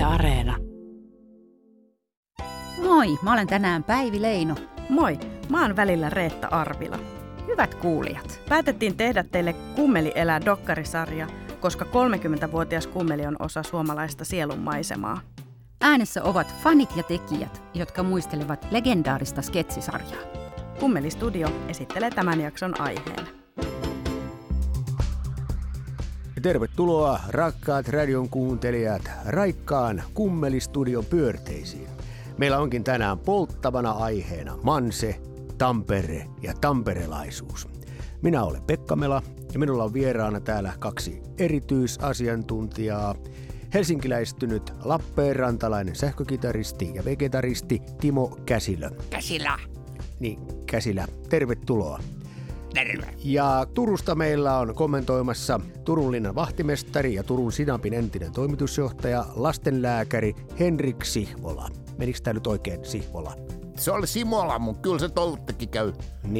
Areena. Moi, mä olen tänään Päivi Leino. Moi, mä oon välillä Reetta Arvila. Hyvät kuulijat. Päätettiin tehdä teille Kummeli elää -dokkarisarja, koska 30-vuotias kummeli on osa suomalaista sielunmaisemaa. Äänessä ovat fanit ja tekijät, jotka muistelevat legendaarista sketsisarjaa. Kummeli Studio esittelee tämän jakson aiheen. Tervetuloa rakkaat radion kuuntelijat Raikkaan Kummeli-studion pyörteisiin. Meillä onkin tänään polttavana aiheena Manse, Tampere ja tamperelaisuus. Minä olen Pekka Mela ja minulla on vieraana täällä kaksi erityisasiantuntijaa. Helsinkiläistynyt lappeenrantalainen sähkökitaristi ja vegetaristi Timo Käsilö. Käsilä. Niin, Käsilä. Tervetuloa. Terve. Ja Turusta meillä on kommentoimassa Turun linnan vahtimestari ja Turun Sinapin entinen toimitusjohtaja, lastenlääkäri Henrik Sihvola. Menikö tämä nyt oikein, Sihvola? Se oli Simola, mutta kyllä se toluttekin käy.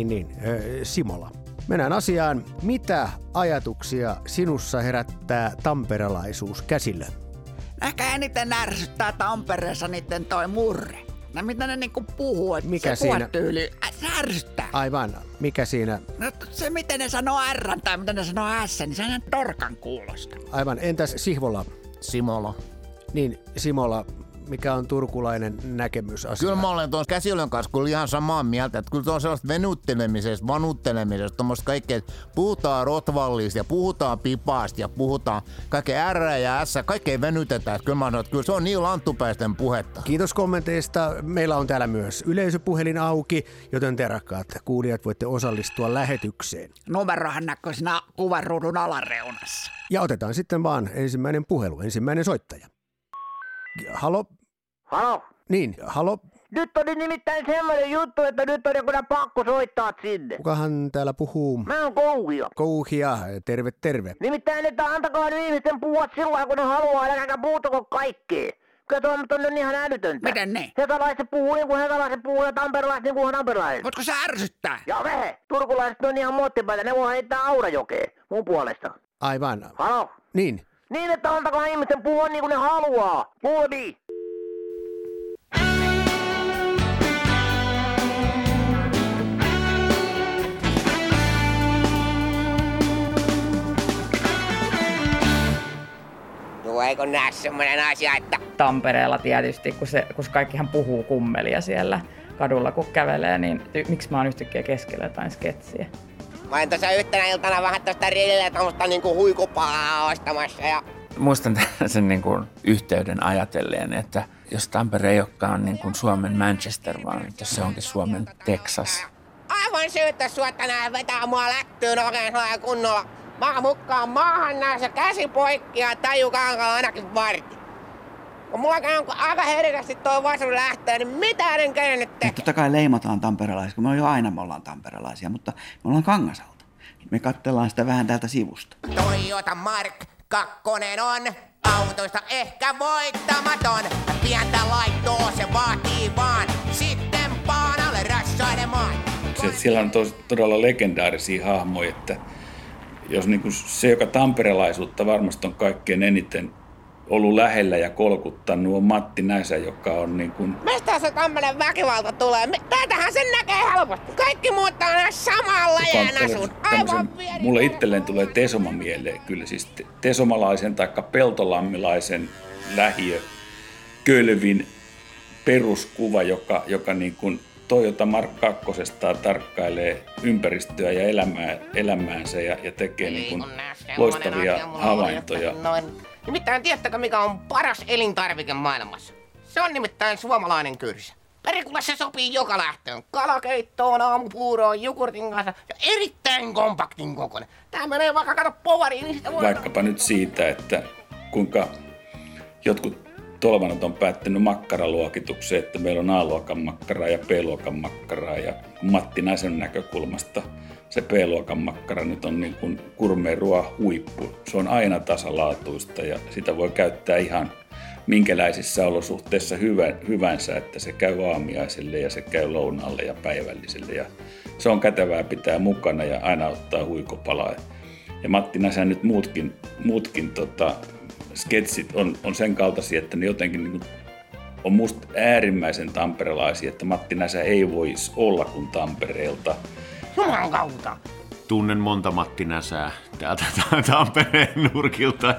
Simola. Mennään asiaan. Mitä ajatuksia sinussa herättää tamperelaisuus, Käsilö? Ehkä eniten ärsyttää Tampereessa niiden toi murre. No mitä ne niinku puhuu, että mikä se puhetyyli ärsyttää. Aivan, mikä siinä? No se miten ne sanoo R tai miten ne sanoo S, niin sehän torkan kuulosta. Aivan, entäs Sihvola? Simola. Niin, Simola, mikä on turkulainen näkemys asiaan? Kyllä mä olen tuon Käsilön kanssa kyllä ihan samaa mieltä, että kyllä tuo on sellaista venuttelemisesta, vanuttelemisesta, tuommoista kaikkea, että puhutaan rotvallista ja puhutaan pipaasta ja puhutaan kaikkea R ja S, kaikkea venytetään. Kyllä mä sanon, että kyllä se on niin lanttupäisten puhetta. Kiitos kommenteista. Meillä on täällä myös yleisöpuhelin auki, joten te rakkaat kuulijat voitte osallistua lähetykseen. Numerohan näkyy siinä kuvaruudun alareunassa. Ja otetaan sitten vaan ensimmäinen puhelu, ensimmäinen soittaja. Halo? Halo? Niin, halo? Nyt oli nimittäin semmoinen juttu, että nyt on joku pakko soittaa sinne. Kukahan täällä puhuu? Mä oon Kouhia. Kouhia, terve, terve. Nimittäin, että antakaa nyt ihmisten puhua silloin, kun ne haluaa, älkääkä puutako kaikkea. Kyllä tuo on ihan älytöntä. Miten ne? Hetalaiset puhuu niin kuin hetalaiset puhuu ja tamperelaiset niin kuin tamperelaiset. Voitko sä ärsyttää? Ja vehe, turkulaiset on ihan muottipäitä, ne voi heittää Aurajokeen mun puolesta. Aivan. Halo? Niin. Niin, että antakaa ihmisten puhua niin kuin ne haluaa. Kuuli. No eikö näe semmoinen asia, että Tampereella tietysti, kun kaikkihan puhuu kummelia siellä kadulla, kun kävelee, niin miksi mä oon yhtäkkiä keskellä jotain sketsiä? mä olin tuossa yhtenä iltana vähän tuosta rillillä tuommoista niinku huikupalaa ostamassa ja muistan sen niin kuin yhteyden ajatelleen, että jos Tampere ei olekaan niin kuin Suomen Manchester, vaan että se onkin Suomen Texas. Aivan syyttä sua tänään vetää mua lättyyn oikein kunnolla. Mä mukaan maahan näissä käsi poikki ja tajukankalla ainakin vartti. Kun mulla käy aika herkästi toi vasun lähtee, niin mitä en kerennyt tekee? Totta kai leimataan tamperelaisia, kun me ollaan tamperelaisia, mutta me ollaan Kangasalta. Me katsellaan sitä vähän täältä sivusta. Toyota Mark 2 on autoista ehkä voittamaton. Pientä laittoa se vaatii vaan, sitten paanalle rassailemaan. Siellä on todella legendaarisia hahmoja, että jos niin kuin se, joka tamperelaisuutta varmasti on kaikkein eniten ollut lähellä ja kolkuttanut, on Matti Näsä, joka on niin kuin... Mistä se tämmönen väkivalta tulee? Täältähän sen näkee helposti. Kaikki muuttaa näissä samaan lajeen asuun. Aivan pieni. Mulle itselleen tulee Tesoma mieleen kyllä, siis tesomalaisen tai peltolammilaisen lähiö Kölvin peruskuva, joka niin kuin Toyota Mark 2 tarkkailee ympäristöä ja elämäänsä ja tekee niin kuin loistavia havaintoja. Nimittäin tiedättekö, mikä on paras elintarvike maailmassa? Se on nimittäin suomalainen kyrsä. Perikulla se sopii joka lähtöön. Kalakeittoon, aamupuuroon, jogurtin kanssa ja erittäin kompaktin kokoinen. Tää menee vaikka kato povariin, niin sitä voi... Vaikkapa nyt siitä, että kuinka jotkut tolvanot on päättänyt makkaraluokitukseen, että meillä on A-luokan makkaraa ja B-luokan makkaraa. Ja Matti Näsön näkökulmasta se B-luokan makkara nyt on niin kuin gourmet-ruoan huippu. Se on aina tasalaatuista ja sitä voi käyttää ihan minkälaisissa olosuhteissa hyvänsä, että se käy aamiaiselle ja se käy lounaalle ja päivälliselle. Ja se on kätevää pitää mukana ja aina ottaa huikopalaa. Ja Matti Näsä nyt muutkin sketsit on sen kaltaisia, että ne jotenkin niin kuin on musta äärimmäisen tamperelaisia, että Matti Näsä ei voisi olla kuin Tampereelta. Jumalan kautta. Tunnen monta Matti Näsää täältä Tampereen nurkilta.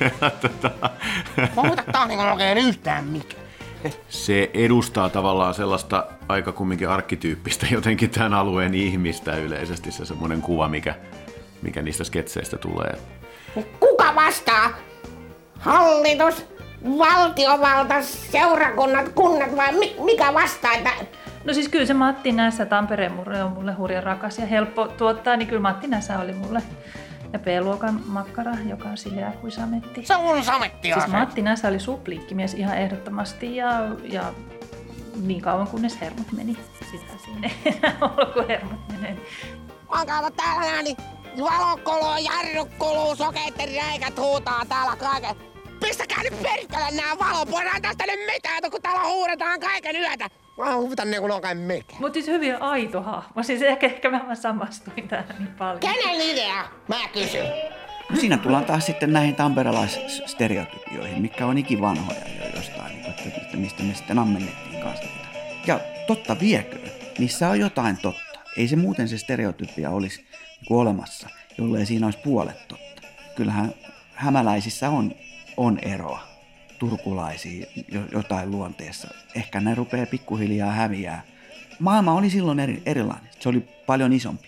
Muuta taas niin oikein yhtään mikä. Se edustaa tavallaan sellaista aika kumminkin arkkityyppistä jotenkin tämän alueen ihmistä yleisesti, se semmoinen kuva, mikä niistä sketseistä tulee. Kuka vastaa? Hallitus, valtiovalta, seurakunnat, kunnat vai mikä vastaa? No siis kyllä se Matti Näsä, Tampereen murre on mulle hurjan rakas ja helppo tuottaa, niin kyllä Matti Näsä oli mulle. Ja B-luokan makkara, joka on sileä kuin sametti. Se on samettia. Siis Matti Näsä oli supliikkimies ihan ehdottomasti ja niin kauan kunnes hermot meni. Sitä siinä ei enää ollut, kun hermot menee. Mä kautta täällä näin, niin valokolo, jarrukolo, sokeitten räikät huutaa täällä kaiken. Pistäkää nyt perkele nää valot, voidaan tästä nyt mitään, kun täällä huudetaan kaiken yötä. Mä huvitan niin kuin oikein mikä. Mutta siis hyvin aito hahmo. Siis ehkä mä samastuin tähän niin paljon. Kenen idea? Mä kysyn. Siinä tullaan taas sitten näihin tamperelaisstereotypioihin, mitkä on ikivanhoja jo jostain, että mistä me sitten ammennettiin kanssa. Ja totta vieköön, niissä on jotain totta. Ei se muuten se stereotypia olisi olemassa, jollei siinä olisi puolet totta. Kyllähän hämäläisissä on eroa. Turkulaisia jotain luonteessa. Ehkä ne rupeaa pikkuhiljaa häviää. Maailma oli silloin erilainen. Se oli paljon isompi.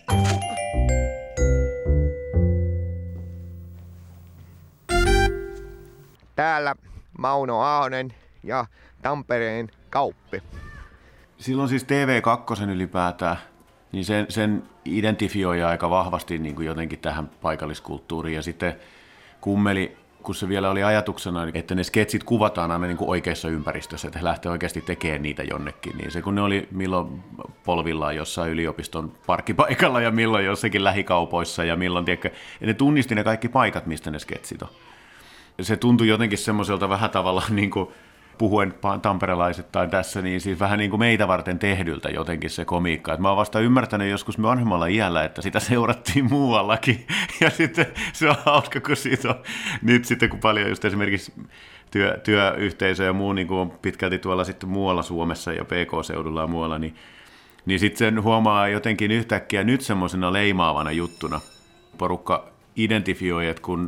Täällä Mauno Ahonen ja Tampereen Kauppi. Silloin siis TV2 ylipäätään, niin sen identifioi aika vahvasti niin kuin jotenkin tähän paikalliskulttuuriin. Ja sitten Kummeli, kun se vielä oli ajatuksena, että ne sketsit kuvataan aina niin kuin oikeassa ympäristössä, että he lähtee oikeasti tekemään niitä jonnekin. Niin se kun ne oli milloin polvillaan jossain yliopiston parkkipaikalla ja milloin jossakin lähikaupoissa ja milloin, tiedätkö, ja ne tunnisti ne kaikki paikat, mistä ne sketsit on. Se tuntui jotenkin semmoiselta vähän tavallaan niin kuin puhuen tamperelaiset tai tässä, niin siis vähän niin kuin meitä varten tehdyltä jotenkin se komiikka. Et mä oon vasta ymmärtänyt joskus vanhemmalla iällä, että sitä seurattiin muuallakin. Ja sitten se on hauska, kun siitä on nyt sitten, kun paljon just esimerkiksi työyhteisö ja muu niin kuin on pitkälti tuolla sitten muualla Suomessa ja PK-seudulla ja muualla, niin sitten sen huomaa jotenkin yhtäkkiä nyt semmoisena leimaavana juttuna. Porukka identifioi, että kun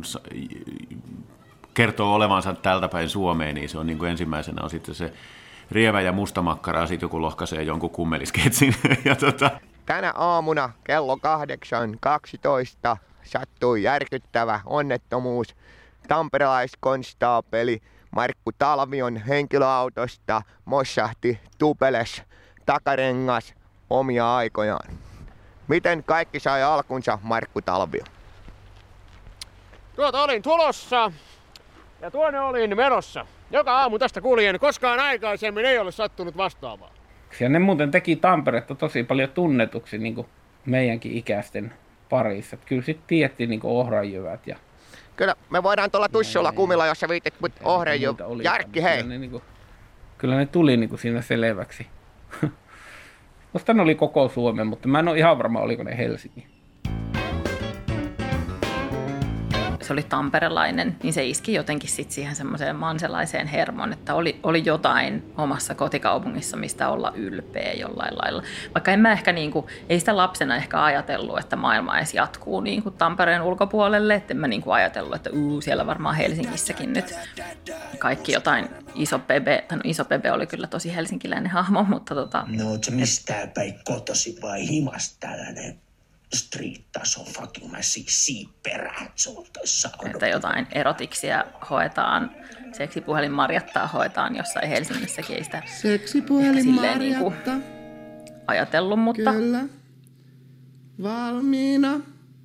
kertoo olevansa täältä päin Suomeen, niin se on niin kuin ensimmäisenä on sitten se rievä ja musta makkara, ja sitten joku lohkaisee jonkun kummelisketsin. Tänä aamuna kello 8.12 sattui järkyttävä onnettomuus. Tamperelaiskonstaapeli Markku Talvion henkilöautosta mossahti tupeles takarengas omia aikojaan. Miten kaikki sai alkunsa, Markku Talvio? Tuolta olin tulossa ja tuonne olin menossa. Joka aamu tästä kuljen, koskaan aikaisemmin ei ole sattunut vastaavaa. Ja ne muuten teki Tamperetta tosi paljon tunnetuksi niin kuin meidänkin ikäisten parissa. Että kyllä sitten tiedettiin niin kuin ohranjyvät. Ja kyllä me voidaan tuolla tussulla kumilla, jos sä viitit ohranjyvät. Jarkki, hei! Kyllä ne tuli niin kuin siinä selväksi. Musta ne oli koko Suomen, mutta mä en ole ihan varma, oliko ne Helsingin. Se oli tamperelainen, niin se iski jotenkin sit siihen semmoiseen manselaiseen hermoon, että oli jotain omassa kotikaupungissa, mistä olla ylpeä jollain lailla. Vaikka en mä ehkä ei sitä lapsena ehkä ajatellut, että maailma edes jatkuu Tampereen ulkopuolelle, että en mä ajatellut, että siellä varmaan Helsingissäkin nyt kaikki jotain Iso Bebe oli kyllä tosi helsinkiläinen hahmo, mutta No, ootko mistään päin kotosi vai himas tällainen? Street-taso fucking mä siipperään sultoissa. Että jotain erotiksia hoetaan, seksipuhelin Marjattaa hoetaan jossain Helsingissäkin, ei sitä seksipuhelin Marjatta. Ajatellut, mutta kyllä. Valmiina.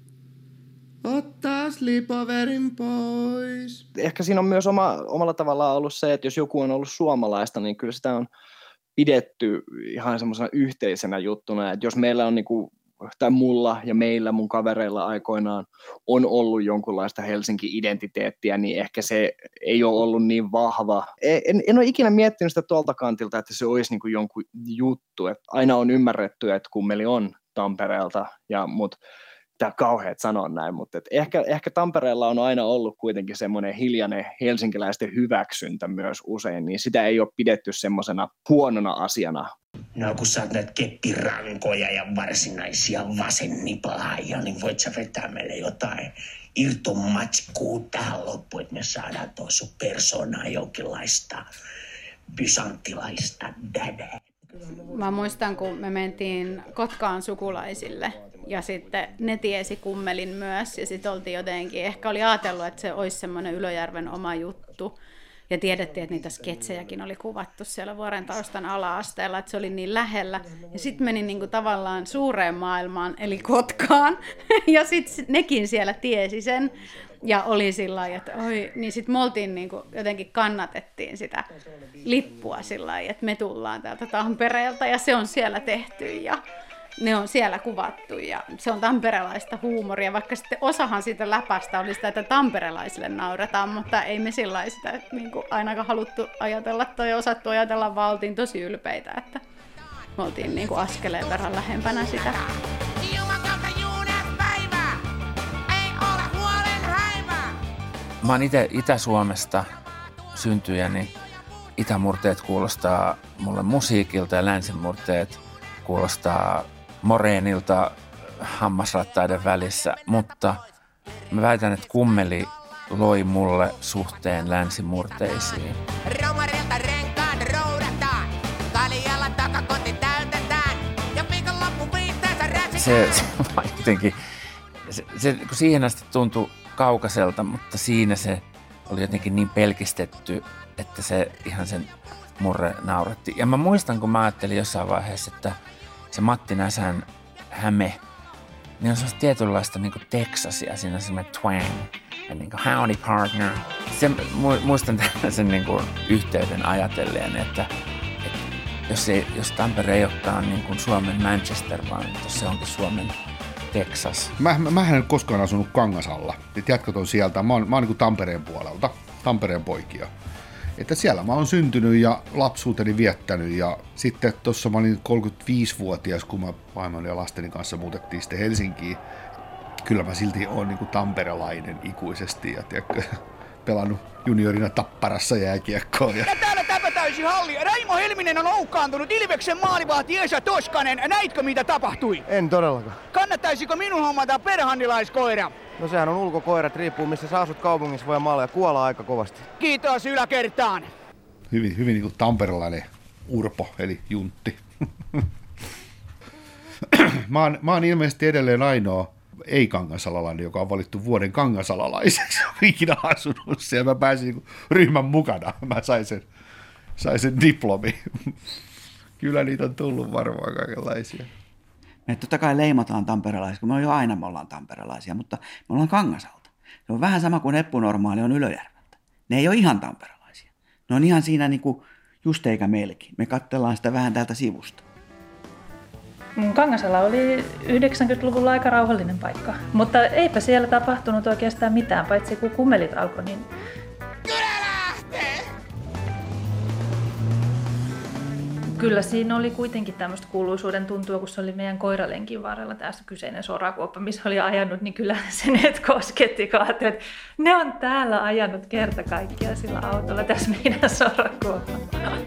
Ottaa slipoverin pois. Ehkä siinä on myös omalla tavallaan ollut se, että jos joku on ollut suomalaista, niin kyllä sitä on pidetty ihan semmoisena yhteisenä juttuna. Että jos meillä on tai mulla ja meillä, mun kavereilla aikoinaan on ollut jonkunlaista Helsinki-identiteettiä, niin ehkä se ei ole ollut niin vahva. En ole ikinä miettinyt sitä tuolta kantilta, että se olisi jonkun juttu. Että aina on ymmärretty, että Kummeli on Tampereelta, mutta Tää kauheat sanoa näin, mutta ehkä Tampereella on aina ollut kuitenkin semmoinen hiljainen helsinkiläisten hyväksyntä myös usein, niin sitä ei ole pidetty semmoisena huonona asiana. No kun sä oot näitä keppirankoja ja varsinaisia vasennipaajia, niin voit sä vetää meille jotain irtomatskuu tähän loppuun, että me saadaan tuo sun persoonaa jonkinlaista bysanttilaista dädää. Mä muistan, kun me mentiin Kotkaan sukulaisille ja sitten ne tiesi Kummelin myös ja sitten oltiin jotenkin, ehkä oli ajatellut, että se olisi semmoinen Ylöjärven oma juttu ja tiedettiin, että niitä sketsejäkin oli kuvattu siellä Vuorentaustan ala-asteella, että se oli niin lähellä ja sitten meni niinku tavallaan suureen maailmaan eli Kotkaan ja sitten nekin siellä tiesi sen. Ja oli sillä lailla, että oi, niin sitten me oltiin niinku, jotenkin kannatettiin sitä lippua sillä lailla, että me tullaan täältä Tampereelta ja se on siellä tehty ja ne on siellä kuvattu ja se on tamperelaista huumoria, vaikka sitten osahan siitä läpästä oli sitä, että tamperelaisille nauretaan, mutta ei me sillä lailla sitä niinku, ainakaan haluttu ajatella tai osattu ajatella, vaan oltiin tosi ylpeitä, että me oltiin niinku, askeleen verran lähempänä sitä. Mä oon itse Itä-Suomesta syntyjäni. Itämurteet kuulostaa mulle musiikilta ja länsimurteet kuulostaa moreenilta hammasrattaiden välissä. Mutta mä väitän, että Kummeli loi mulle suhteen länsimurteisiin. Romarilta renkaan roudataan, kaljalla takakoti täytetään ja viikonloppu viihteensä räsikään. Se jotenkin, kun siihen asti tuntui kaukaiselta, mutta siinä se oli jotenkin niin pelkistetty, että se ihan sen murre nauratti. Ja mä muistan, kun mä ajattelin jossain vaiheessa, että se Matti Näsän häme, niin on sellaista tietynlaista niin kuin Texasia, siinä on semmoinen twang ja niin kuin howdy partner. Muistan tällaisen niin kuin yhteyden ajatelleen, että jos Tampere ei olekaan niin kuin Suomen Manchester, vaan jos se onkin Suomen Texas. Mä en koskaan asunut Kangasalla. Jätkät on sieltä. Mä oon niin kuin Tampereen puolelta, Tampereen poikia. Että siellä mä oon syntynyt ja lapsuuteni viettänyt. Ja sitten tuossa mä olin 35-vuotias, kun mä vaimoni ja lasteni kanssa muutettiin sitten Helsinkiin. Kyllä mä silti oon niin kuin tamperelainen ikuisesti ja tiedätkö, pelannut juniorina Tapparassa jääkiekkoon. Ja täällä täysi halli. Raimo Helminen on loukkaantunut. Ilveksen maalivahti Esa Toskanen. Näitkö mitä tapahtui? En todellakaan. Kannattaisiko minun hommata perhandilaiskoira? No sehän on ulkokoirat, riippuu missä sä asut kaupungissa, voi maalla ja kuolla aika kovasti. Kiitos yläkertaan. Hyvin niin kuin tamperelainen Urpo, eli Juntti. mä oon ilmeisesti edelleen ainoa ei-kangasalalainen, joka on valittu vuoden kangasalalaiseksi. Olen ikinä asunut siellä. Mä pääsin ryhmän mukana. Mä sain sen diplomi. Kyllä niitä on tullut varmaan kaikenlaisia. Me totta kai leimataan tamperelaisia, kun me ollaan tamperelaisia, mutta me ollaan Kangasalta. Se on vähän sama kuin Eppunormaali on Ylöjärveltä. Ne ei ole ihan tamperelaisia. Ne on ihan siinä niinku just eikä melkein. Me katsellaan sitä vähän täältä sivusta. Kangasala oli 90-luvulla aika rauhallinen paikka, mutta eipä siellä tapahtunut oikeastaan mitään, paitsi kun kummelit alkoi, niin... Kyllä siinä oli kuitenkin tämmöistä kuuluisuuden tuntua, kun se oli meidän koiralenkin varrella tässä kyseinen sorakuoppa, missä oli ajanut, niin kyllä se nyt kosketti, kun ajattelin, että ne on täällä ajanut kerta kaikkiaan sillä autolla tässä meidän sorakuopalla.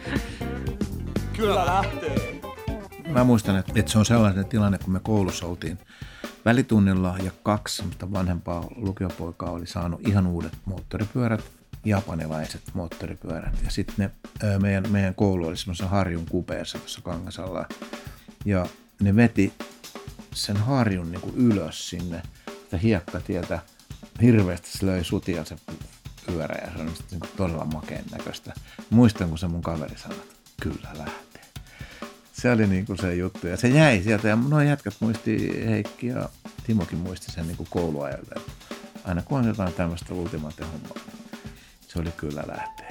Kyllä lähtee. Mä muistan, että se on sellainen tilanne, kun me koulussa oltiin välitunnilla ja 2 vanhempaa lukiopoikaa oli saanut ihan uudet moottoripyörät, japanilaiset moottoripyörät. Ja sitten meidän koulu oli semmoisessa harjun kupeessa tuossa Kangasalla. Ja ne veti sen harjun niin kuin ylös sinne sitä hiekkatietä. Hirveästi se löi sutia se pyörä ja se on niin kuin todella makeen näköistä. Muistan, kun se mun kaveri sanoi, että kyllä lähtee. Se oli niin kuin se juttu ja se jäi sieltä ja nuo jätkät muisti, Heikki ja Timokin muisti sen niin kuin kouluajalta. Aina kun on jotain tämmöistä ultimaattihommaa, se oli kyllä lähtee.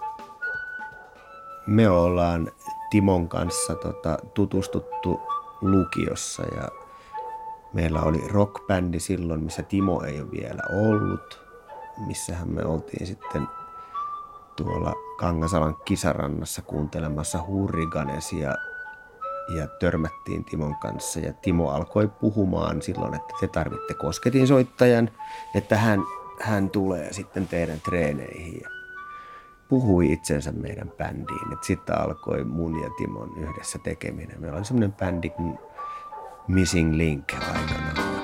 Me ollaan Timon kanssa tutustuttu lukiossa ja meillä oli rockbändi silloin, missä Timo ei ole vielä ollut. Missähän me oltiin sitten tuolla Kangasalan kisarannassa kuuntelemassa Hurriganesia ja törmättiin Timon kanssa. Ja Timo alkoi puhumaan silloin, että te tarvitte kosketinsoittajan, että hän tulee sitten teidän treeneihin. Ja puhui itsensä meidän bändiin. Sitten alkoi mun ja Timon yhdessä tekeminen. Meillä oli semmoinen bändi kuin Missing Link aikanaan.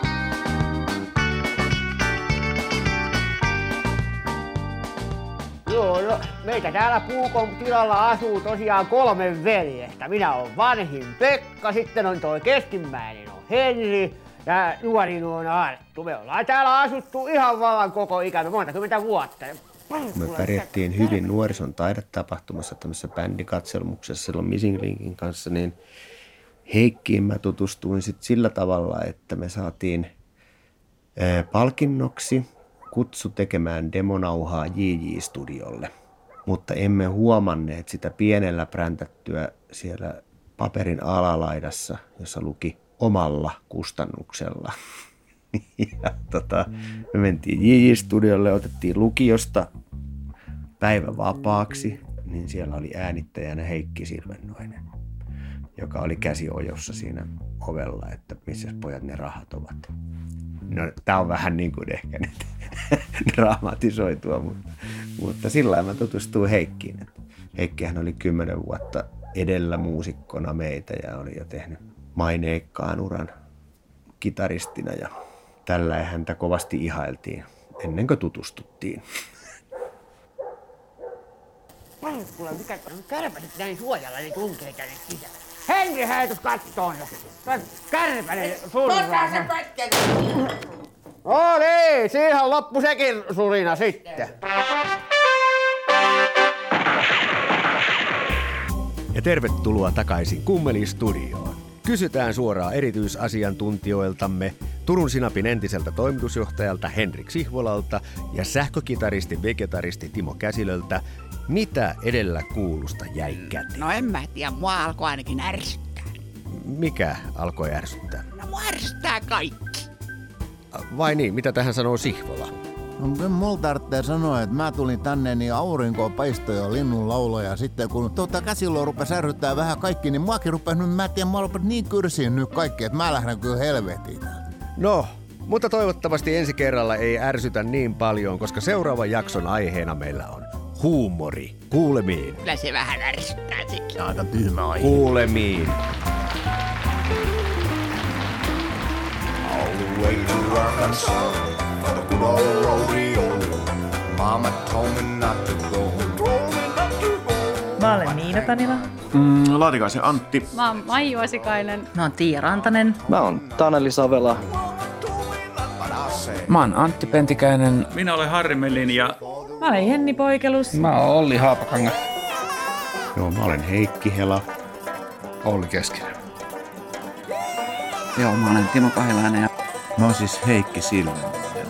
Joo, meitä täällä Puukon tilalla asuu tosiaan 3 veljestä. Minä olen vanhin Pekka, sitten on toi keskimmäinen on Henri ja nuorin on Arttu. Me ollaan täällä asuttu ihan vallan koko ikämme, monta kymmentä vuotta. Me pärjättiin hyvin nuorison taidetapahtumassa tämmöisessä bändikatselmuksessa silloin Missing Linkin kanssa, niin Heikkiin mä tutustuin sitten sillä tavalla, että me saatiin palkinnoksi kutsu tekemään demonauhaa JJ-studiolle, mutta emme huomanneet sitä pienellä präntättyä siellä paperin alalaidassa, jossa luki omalla kustannuksella. Ja me mentiin JJ-studiolle, otettiin lukiosta päivä vapaaksi, niin siellä oli äänittäjänä Heikki Silvennoinen, joka oli käsiojossa siinä ovella, että missä pojat ne rahat ovat. No, tää on vähän niin kuin ehkä nyt dramatisoitua, mutta sillä lailla mä tutustuin Heikkiin. Heikkihän oli 10 vuotta edellä muusikkona meitä ja oli jo tehnyt maineikkaan uran kitaristina ja tällä häntä kovasti ihailtiin ennen kuin tutustuttiin. Kuule, mikä kärpäset näin suojalla, niin tunkee tänne sisällä. Henri heitus kattoon jo. Kärpänen surraa. No niin, siihen loppu sekin surina sitten. Ja tervetuloa takaisin Kummeli-studioon. Kysytään suoraan erityisasiantuntijoiltamme Turun Sinapin entiseltä toimitusjohtajalta Henrik Sihvolalta ja sähkökitaristi vegetaristi Timo Käsilöltä, mitä edellä kuulusta jäi käteen. No en mä tiedä, mua alkoi ainakin ärsyttää. Mikä alkoi ärsyttää? No mua ärsyttää kaikki. Vai niin, mitä tähän sanoo Sihvola? No kyllä mulla tarvitsee sanoa, että mä tulin tänne niin aurinkoon paistoi ja linnun lauloja. Ja sitten kun Käsilöä rupesi ärsyttää vähän kaikki, niin muakin rupesi nyt, mä en tiedä, mä rupesi niin kyrsiin nyt kaikki, että mä lähden kyllä helvettiin täältä. No, mutta toivottavasti ensi kerralla ei ärsytä niin paljon, koska seuraavan jakson aiheena meillä on huumori. Kuulemiin. Kyllä se vähän ärsyttää sekin. Aika tyhmä aihe. Kuulemiin. Mä olen Niina Tanila. Laatikaisen Antti. Mä oon Maiju Asikainen. Mä oon Tiia Rantanen. Mä oon Taneli Savela. Mä oon Antti Pentikäinen. Minä olen Harri Mellin ja... Mä olen Jenni Poikelus. Mä oon Olli Haapakangas. Joo, mä olen Heikki Hela. Olli Keskinen. Joo, mä olen Timo Kahilainen. Mä oon siis Heikki Silvennoinen.